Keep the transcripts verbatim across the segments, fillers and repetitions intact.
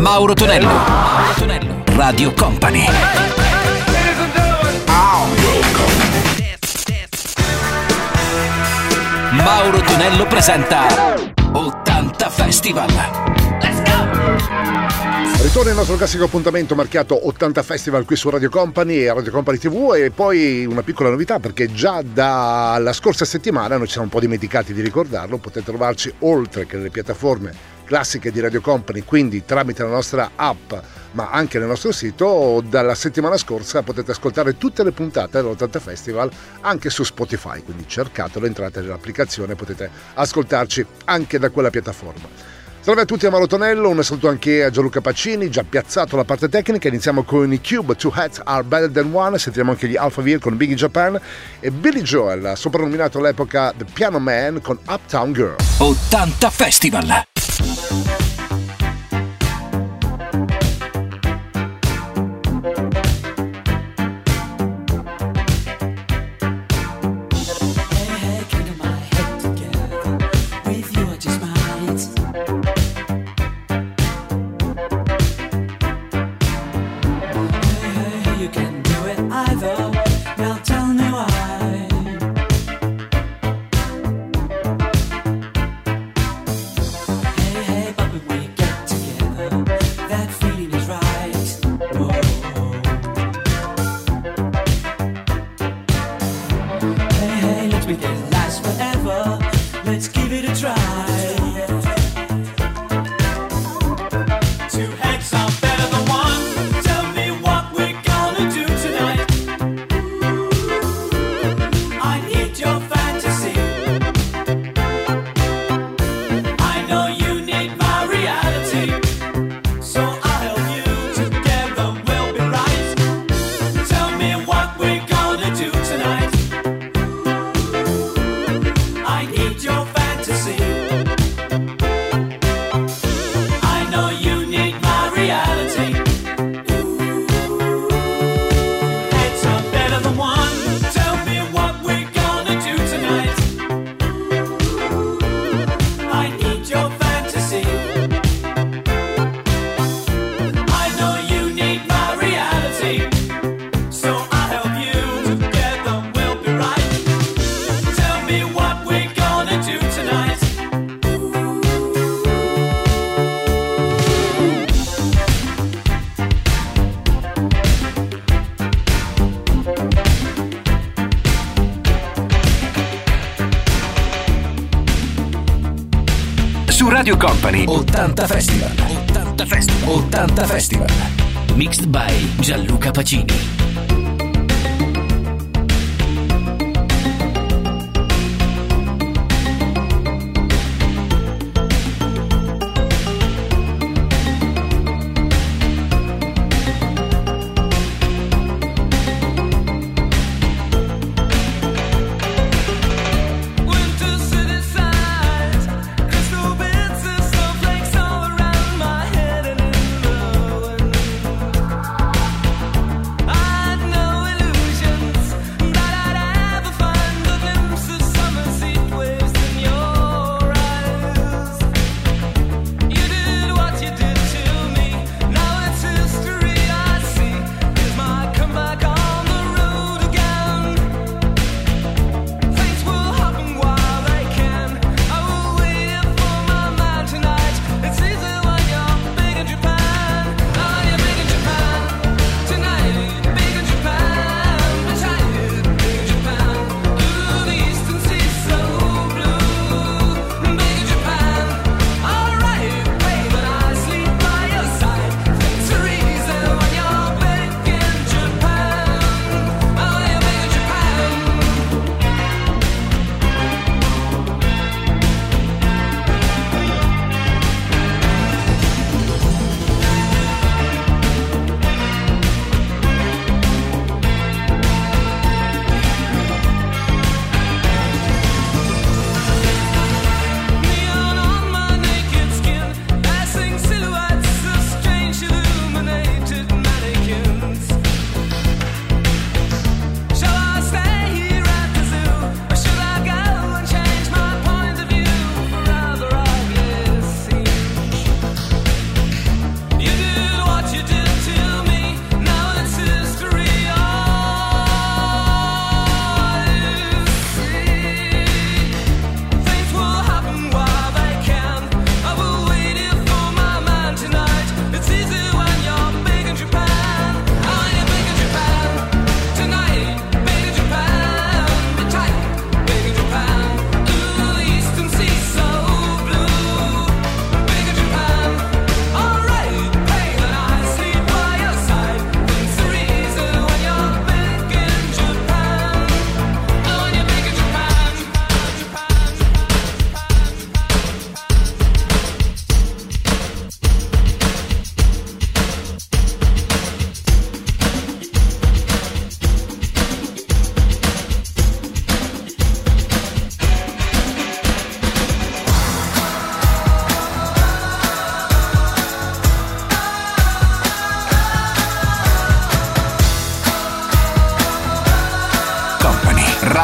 Mauro Tonello. Mauro Tonello. Radio Company. Mauro Tonello presenta ottanta Festival. Let's go! Ritorna il nostro classico appuntamento marchiato ottanta Festival qui su Radio Company e Radio Company tivù, e poi una piccola novità, perché già dalla scorsa settimana, noi ci siamo un po' dimenticati di ricordarlo, potete trovarci oltre che nelle piattaforme classiche di Radio Company, quindi tramite la nostra app ma anche nel nostro sito. Dalla settimana scorsa potete ascoltare tutte le puntate dell'ottanta Festival anche su Spotify, quindi cercatelo, entrate nell'applicazione, potete ascoltarci anche da quella piattaforma. Salve a tutti, a Mauro Tonello, un saluto anche a Gianluca Pacini, già piazzato la parte tecnica. Iniziamo con i Cube, Two Heads Are Better Than One, sentiremo anche gli Alphaville con Big in Japan e Billy Joel, soprannominato all'epoca The Piano Man, con Uptown Girl. ottanta Festival. Radio Company ottanta Festival. ottanta Festival. ottanta Festival. Mixed by Gianluca Pacini. I know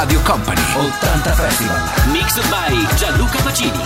Radio Company ottanta Festival. Mixed by Gianluca Pacini.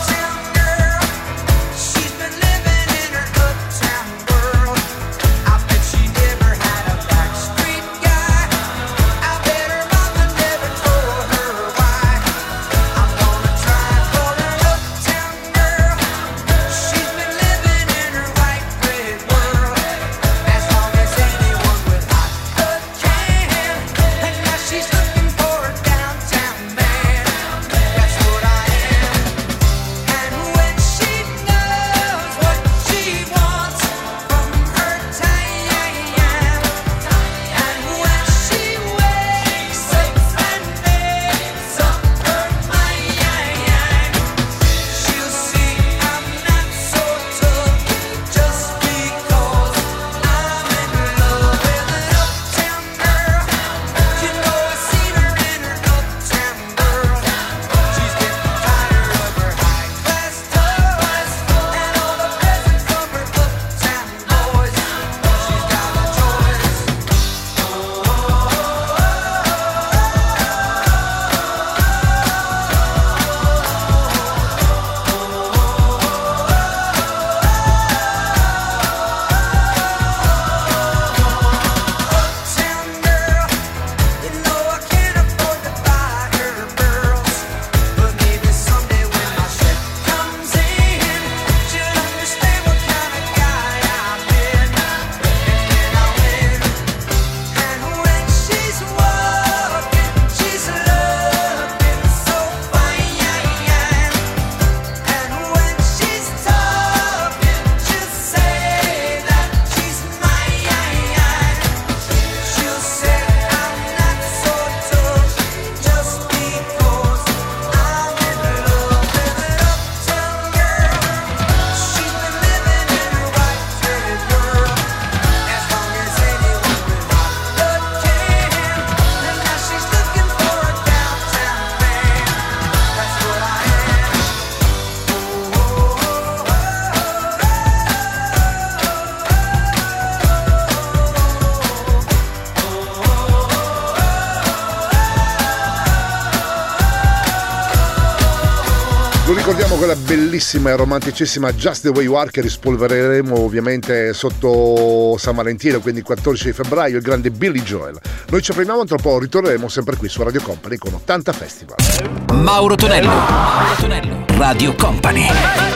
Ricordiamo quella bellissima e romanticissima Just the Way You Are che rispolvereremo ovviamente sotto San Valentino, quindi il quattordici di febbraio, il grande Billy Joel. Noi ci fermiamo, tra poco ritorneremo sempre qui su Radio Company con ottanta Festival. Mauro Tonello, Mauro Tonello, Radio Company.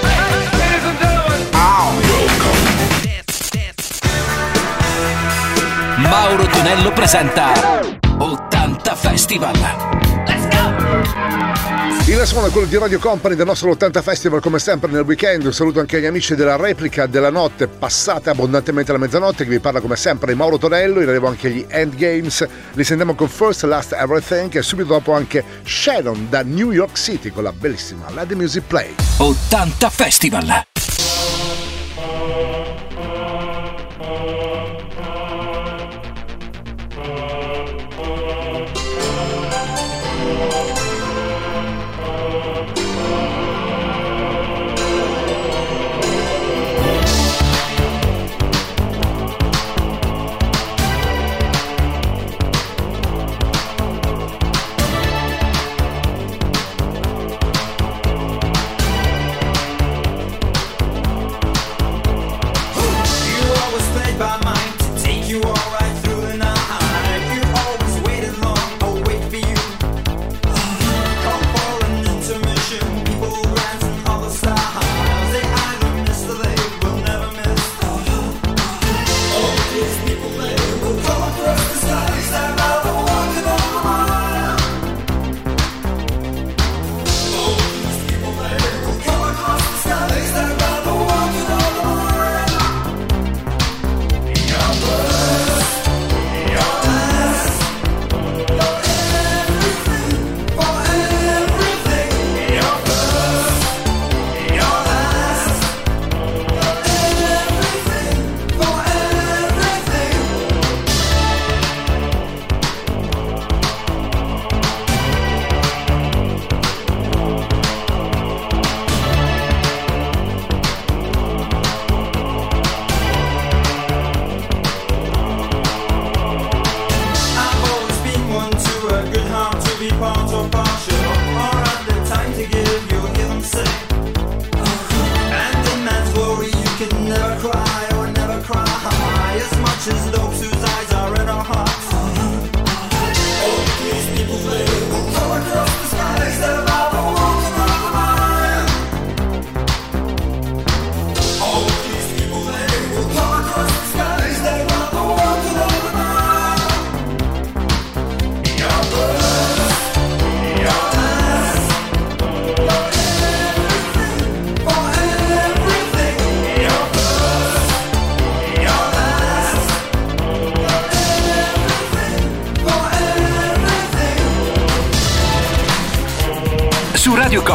Mauro Tonello presenta ottanta Festival. Let's go! Il suono è quello di Radio Company del nostro ottanta Festival, come sempre nel weekend. Un saluto anche agli amici della replica della notte passata abbondantemente alla mezzanotte, che vi parla come sempre Mauro Tonello. In arrivo anche gli Endgames, li sentiamo con First Last Everything e subito dopo anche Sharon da New York City con la bellissima Let the Music Play. ottanta Festival.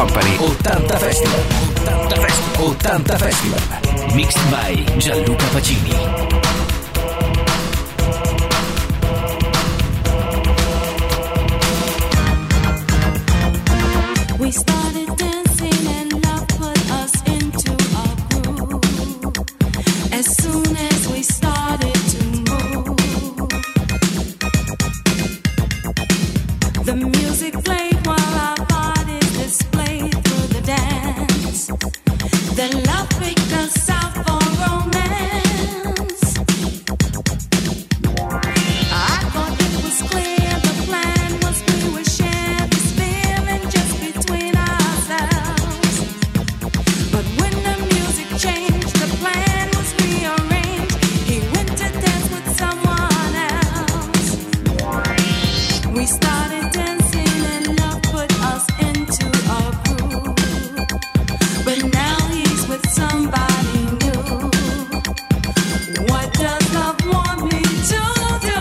Company ottanta Festival. ottanta Festival. ottanta Festival. Mixed by Gianluca Pacini. We started dancing and love put us into a groove. As soon as we started to move, the music played while our bodies displayed through the dance. Then love picked us out for romance. I thought it was clear the plan was we would share this feeling just between ourselves. But when the music changed, the plan was rearranged. He went to dance with someone else. We started dancing and love put us into a groove. But now he's with somebody new. What does love want me to do?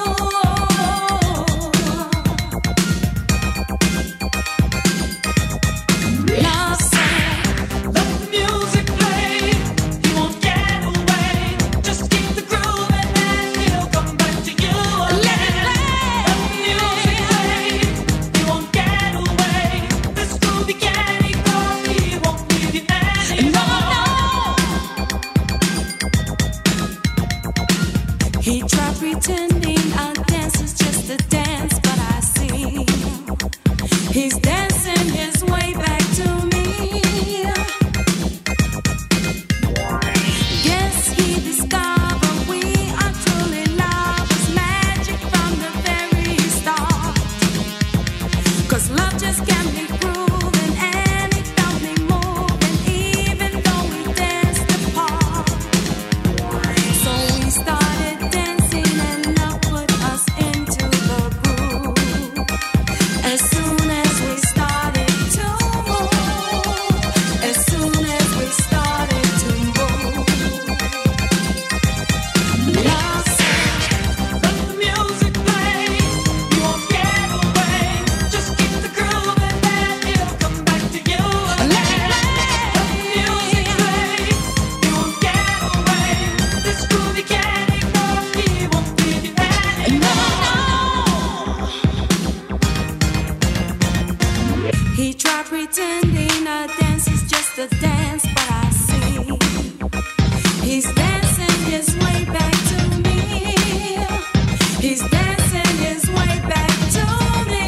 Love said, let the music play. He won't get away. Just keep the groove and then he'll come back to you again. Let the music play. He won't get away. This groovy candy club, he won't leave you anymore. He tried pretending our dance is just a dance, but I see he's dancing his way back to me. Guess he discovered we are truly lovers, magic from the very start. 'Cause love just can't be proven, and it felt me moving, even though we danced apart. So we started dancing and love put us into the groove. As soon as we started to move, as soon as we started to move, love said, let the music play. You won't get away. Just keep the groove and then he'll come back to you again. Let the music play. You won't get away. This groovy candy club, he won't leave you anymore. He tried pretending a dance is just a dance, but I see he's dancing his way back to me. He's dancing his way back to me.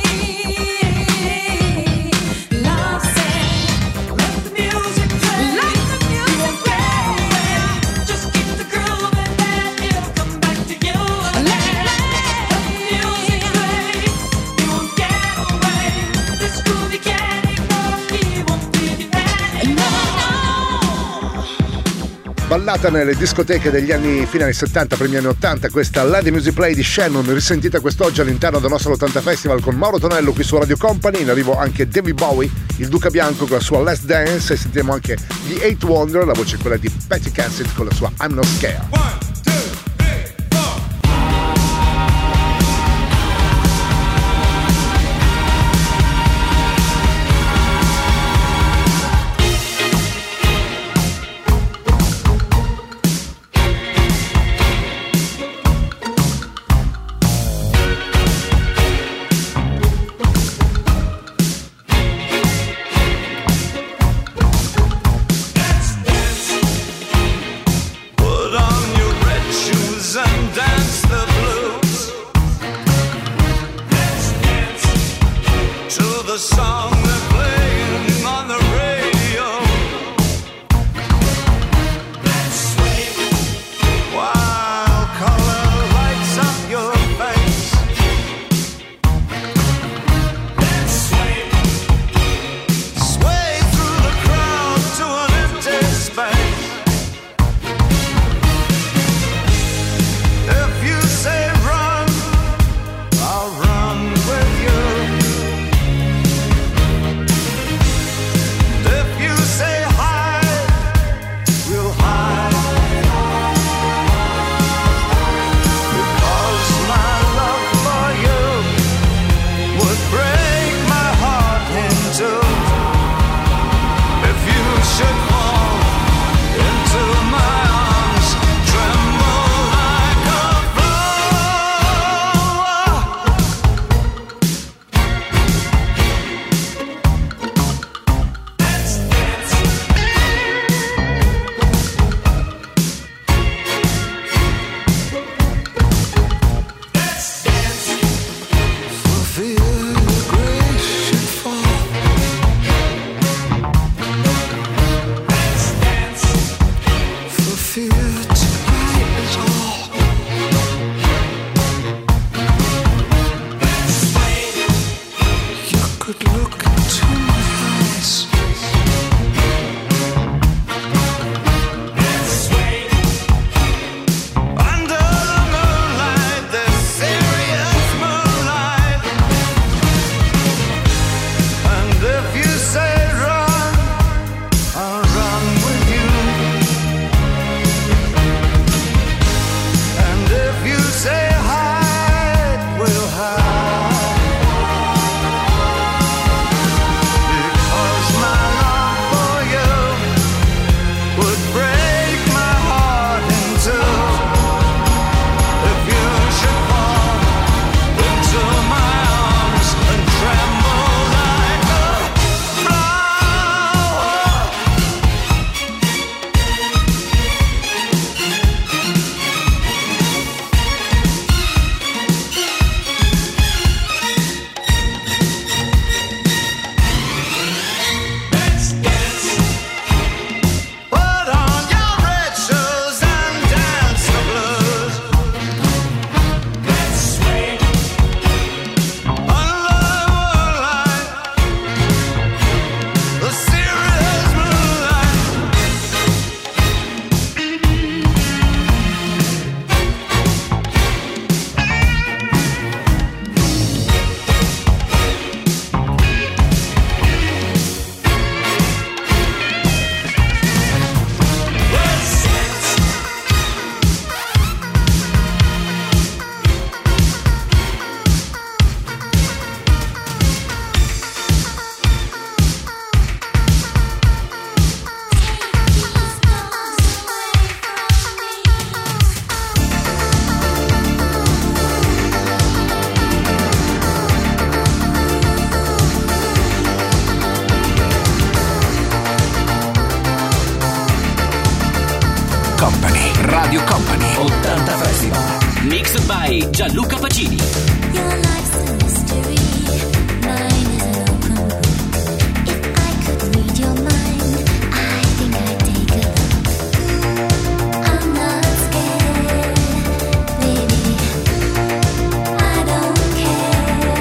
Love said, let the music play. Let the music play. Just keep the groove and then he'll come back to you again. Let the music play. You won't get away. This groovy candy club, he won't leave you anymore. Ballata nelle discoteche degli anni fine anni settanta, primi anni ottanta, questa Let the Music Play di Shannon, risentita quest'oggi all'interno del nostro ottanta Festival con Mauro Tonello qui su Radio Company. In arrivo anche David Bowie, il Duca Bianco con la sua Let's Dance, e sentiamo anche gli Eight Wonder, la voce è quella di Patty Cassidy con la sua I'm Not Scared. Put on your Radio Company ottanta Festival. Mixed by Gianluca Pacini. Your life's a mystery. Mine is an open book. If I could read your mind, I think I'd take a look. I'm not scared, baby. I don't care.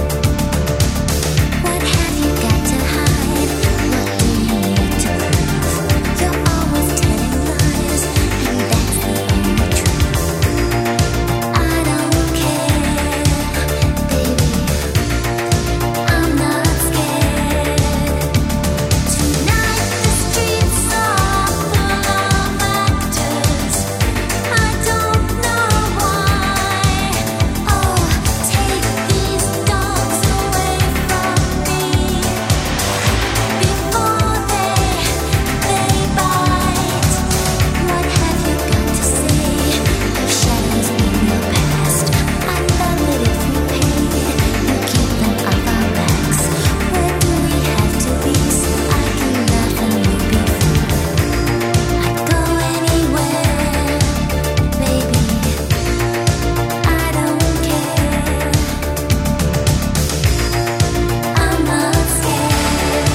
What have you got to hide? What do you need to prove? You're always telling lies, and that's the only truth. I don't care, baby. I'm not scared. Tonight the streets are full of actors. I don't know why. Oh, take these dogs away from me before they they bite. What have you got to say? The shadows in your past. I thought that if we paid, you keep them off our backs. Where do we have to be so I can laugh and you be free? I'd go anywhere, baby. I don't care. I'm not scared.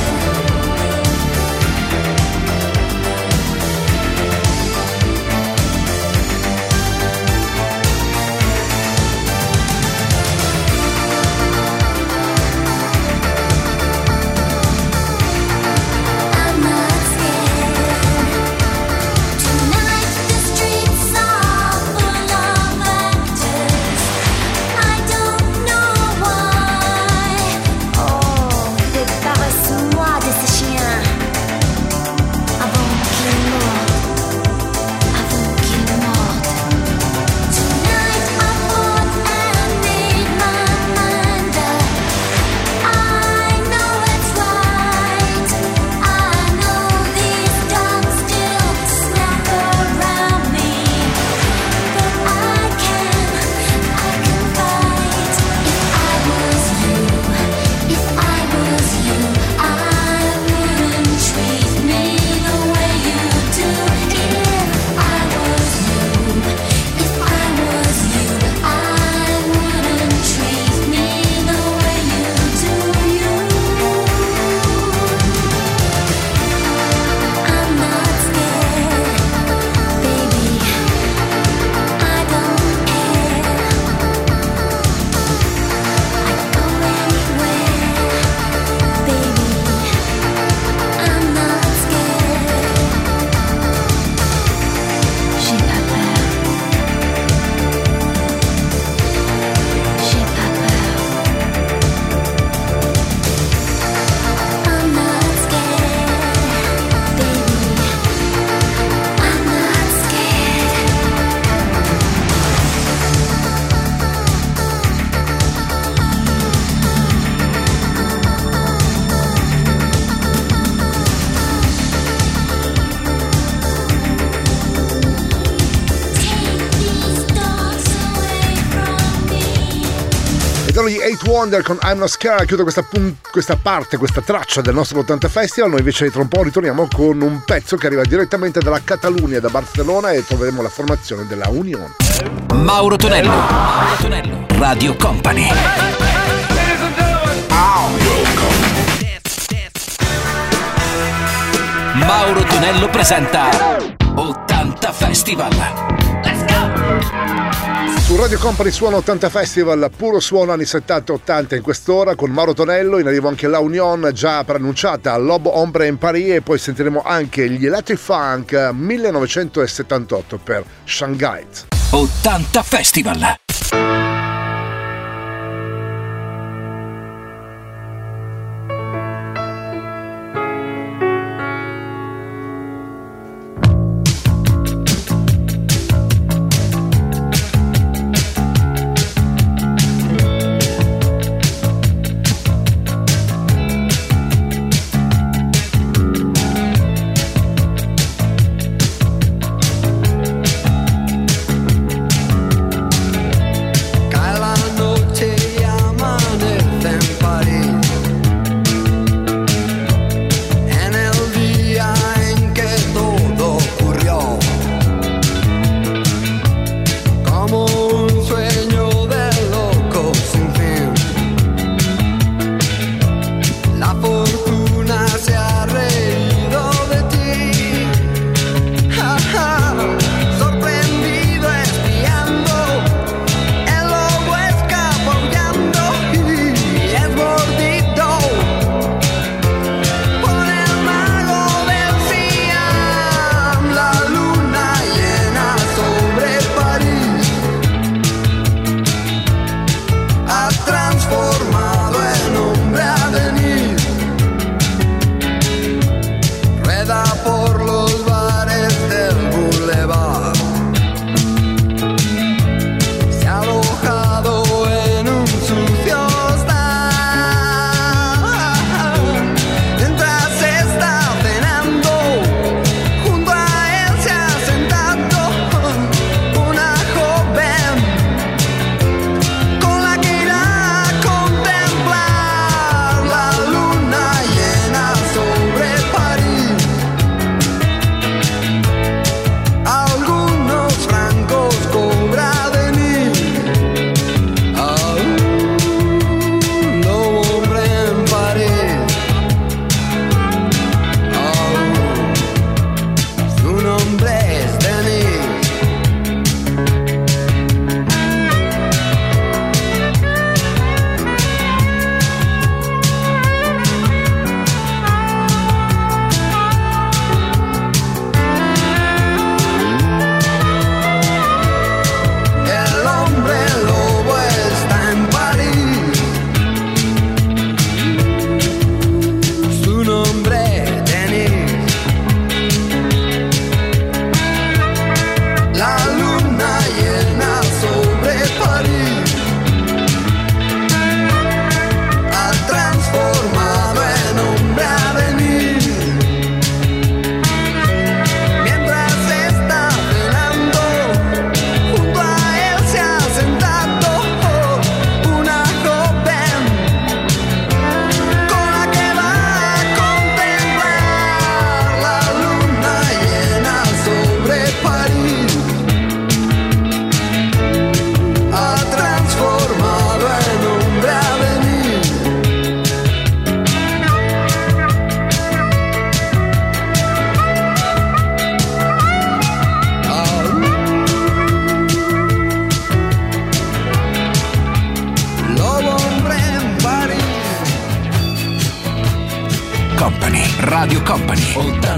I'm not scared. Tonight the streets are full of actors. I don't know why. Oh, débarrasse-moi de ces chiens avant qu'ils mordent, avant qu'ils mordent. Tonight I fought and made my mind up. I know it's right. I know these dogs still snap around me, but I can, I can fight. If I was you, if I was you, I wouldn't treat me the way you do. If I was you, if I was you, I wouldn't treat me the way you do. You, I'm not scared, baby. I don't care. I'd go anywhere, baby. I'm not scared. J'ai pas peur. J'ai pas peur. I'm not scared, baby. I'm not scared. Take these dogs away from me. Ed erano gli Eight Wonder con I'm Not Scared. Chiudo questa, pun- questa parte, questa traccia del nostro ottanta Festival. Noi invece tra un po' ritorniamo con un pezzo che arriva direttamente dalla Catalunya, da Barcellona, e troveremo la formazione della Union. Mauro Tonello, Mauro Tonello, Radio Company. Mauro Tonello presenta ottanta Festival. Let's go! Su Radio Company suona ottanta Festival, puro suono anni settanta ottanta in quest'ora con Mauro Tonello. In arrivo anche la Union, già preannunciata, Lobo Ombre in Paris, e poi sentiremo anche gli Electric Funk millenovecentosettantotto per Shanghai. ottanta Festival.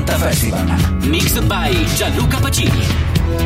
ottanta Festival. Mixed by Gianluca Pacini.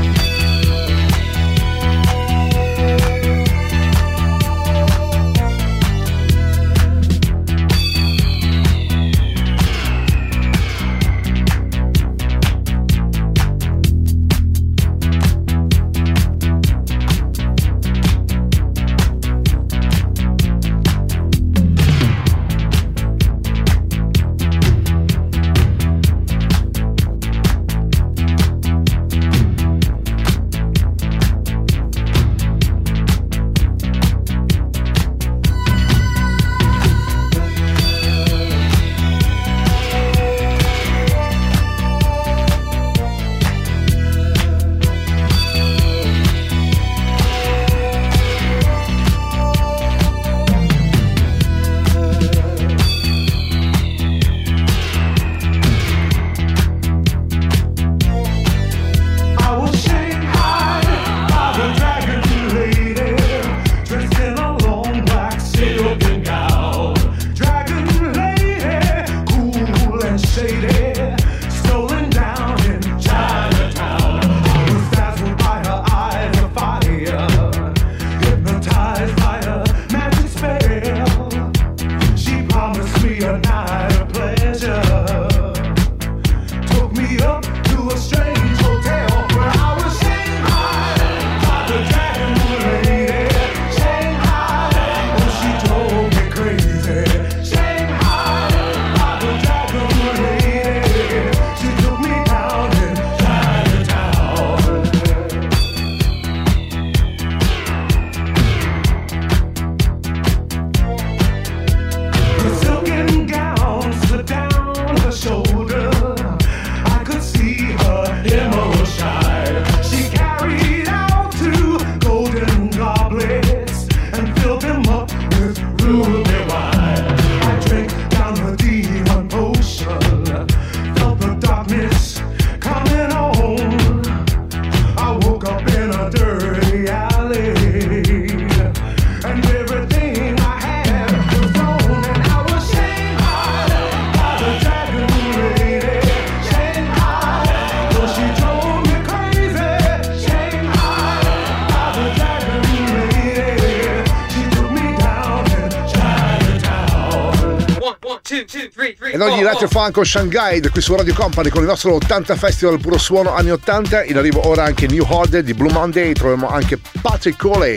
E noi gli Electro Funk con Shanghai qui su Radio Company con il nostro ottanta Festival puro suono anni ottanta. In arrivo ora anche New Order di Blue Monday, troviamo anche Patrick Coley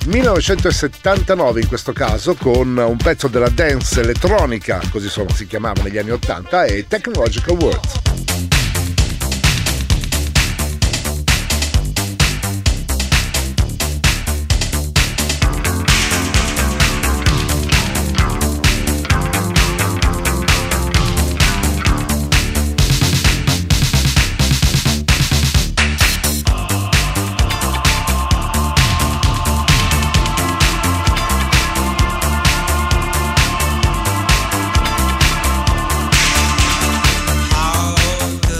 millenovecentosettantanove in questo caso con un pezzo della dance elettronica, così si chiamava negli anni ottanta, e Technological Words. How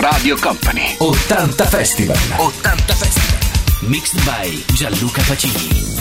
Radio Company. ottanta Festival. ottanta Festival. Mixed by Gianluca Pacini.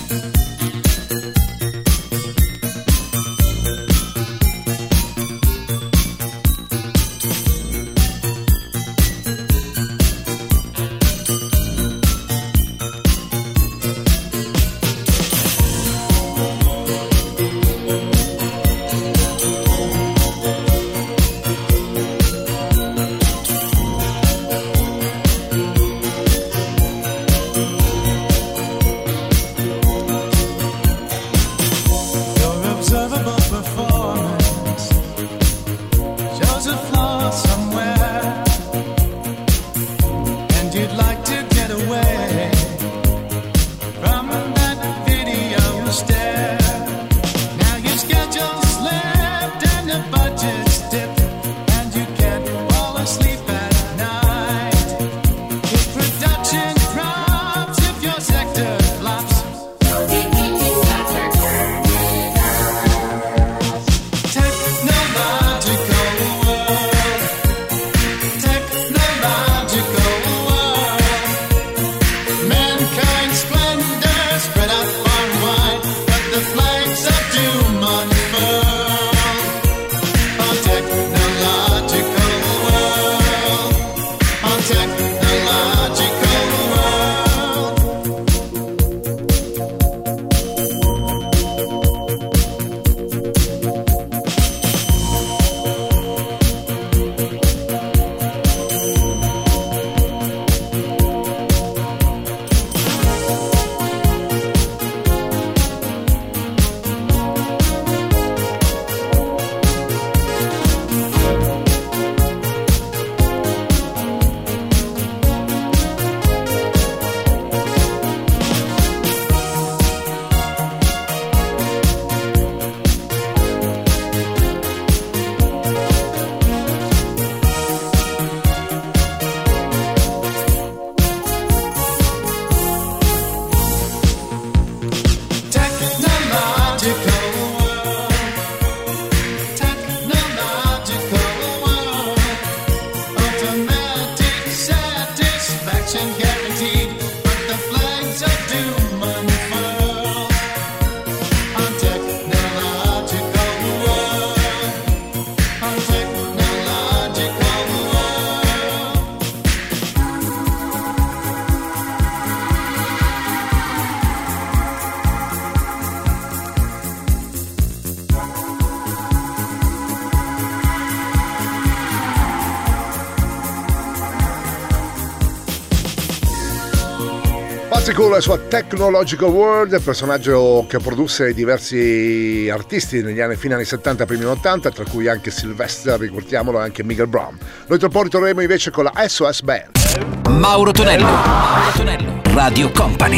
Con la sua Technological World, personaggio che produsse diversi artisti negli anni fine anni settanta, primi ottanta, tra cui anche Sylvester, ricordiamolo, e anche Miguel Brown. Noi tra poco ritorneremo invece con la S O S Band. Mauro Tonello, Mauro Tonello, Radio Company.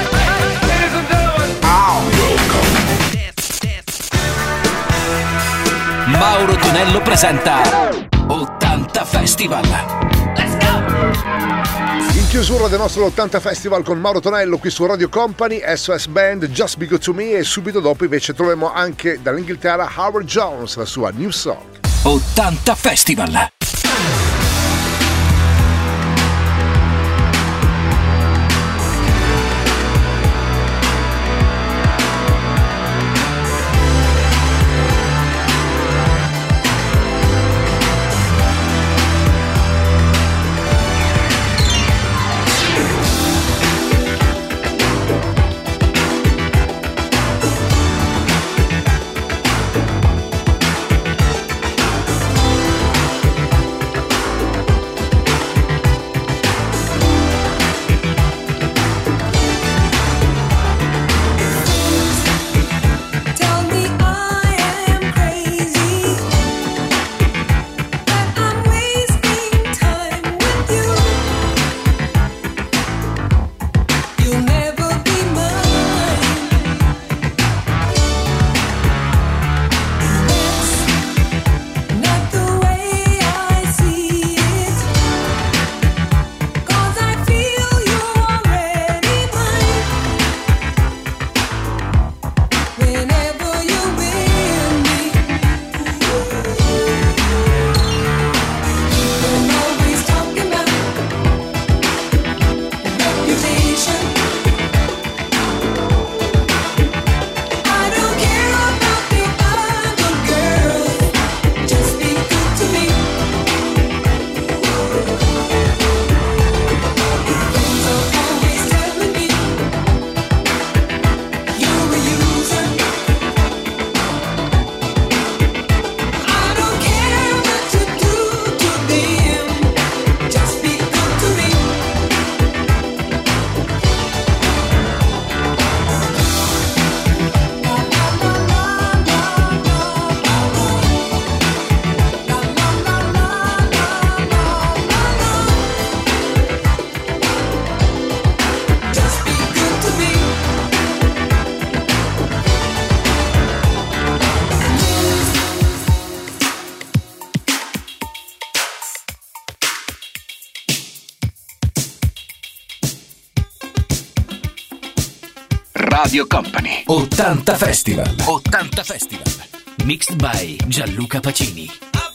Mauro Tonello presenta ottanta Festival. Let's go! In chiusura del nostro ottanta Festival con Mauro Tonello qui su Radio Company, S O S Band, Just Be Good To Me, e subito dopo invece troviamo anche dall'Inghilterra Howard Jones, la sua New Song. ottanta Festival. Radio Company. ottanta Festival. ottanta Festival. Mixed by Gianluca Pacini.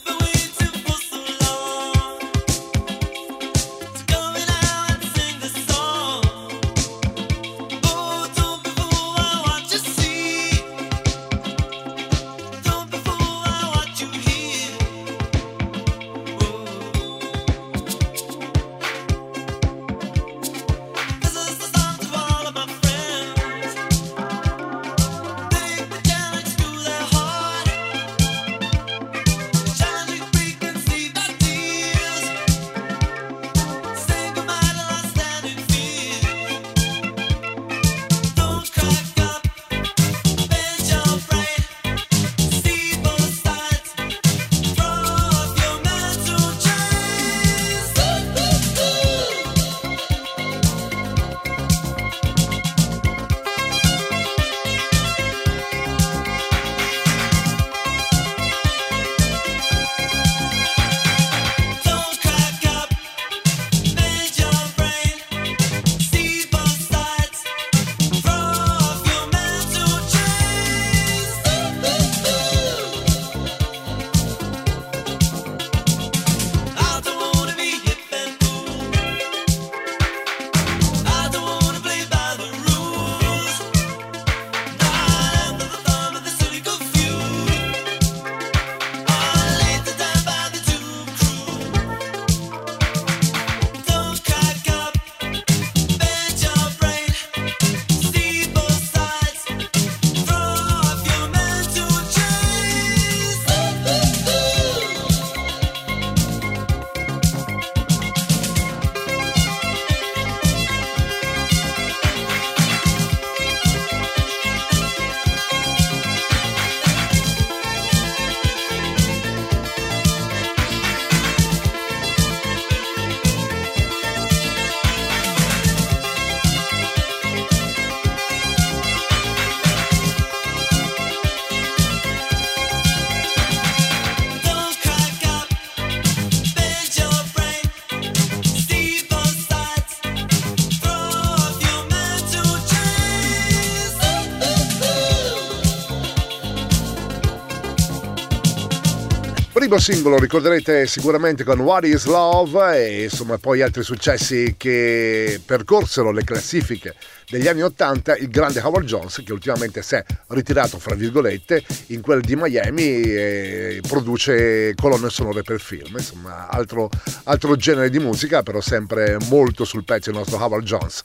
Primo singolo ricorderete sicuramente con What Is Love e insomma poi altri successi che percorsero le classifiche degli anni ottanta, il grande Howard Jones che ultimamente si è ritirato fra virgolette in quel di Miami e produce colonne sonore per film, insomma altro, altro genere di musica, però sempre molto sul pezzo il nostro Howard Jones.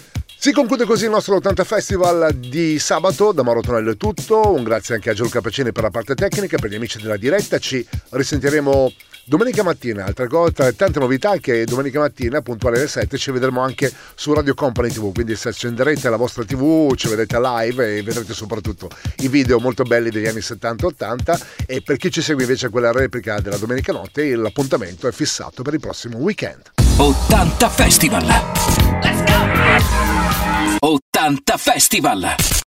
Si conclude così il nostro ottanta Festival di sabato. Da Mauro Tonello è tutto, un grazie anche a Gianluca Pacini per la parte tecnica, per gli amici della diretta. Ci risentiremo domenica mattina, altre cose, tante novità che domenica mattina puntuale alle sette ci vedremo anche su Radio Company tivù, quindi se accenderete la vostra tivù ci vedrete live e vedrete soprattutto i video molto belli degli anni settanta ottanta, e per chi ci segue invece quella replica della domenica notte l'appuntamento è fissato per il prossimo weekend. ottanta Festival. Let's go! ottanta Festival.